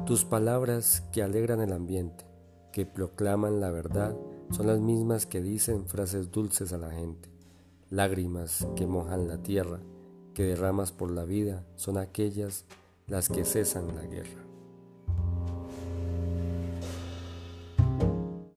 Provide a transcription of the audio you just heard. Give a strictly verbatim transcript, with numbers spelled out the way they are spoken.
Tus palabras que alegran el ambiente, que proclaman la verdad, son las mismas que dicen frases dulces a la gente. Lágrimas que mojan la tierra, que derramas por la vida, son aquellas las que cesan la guerra.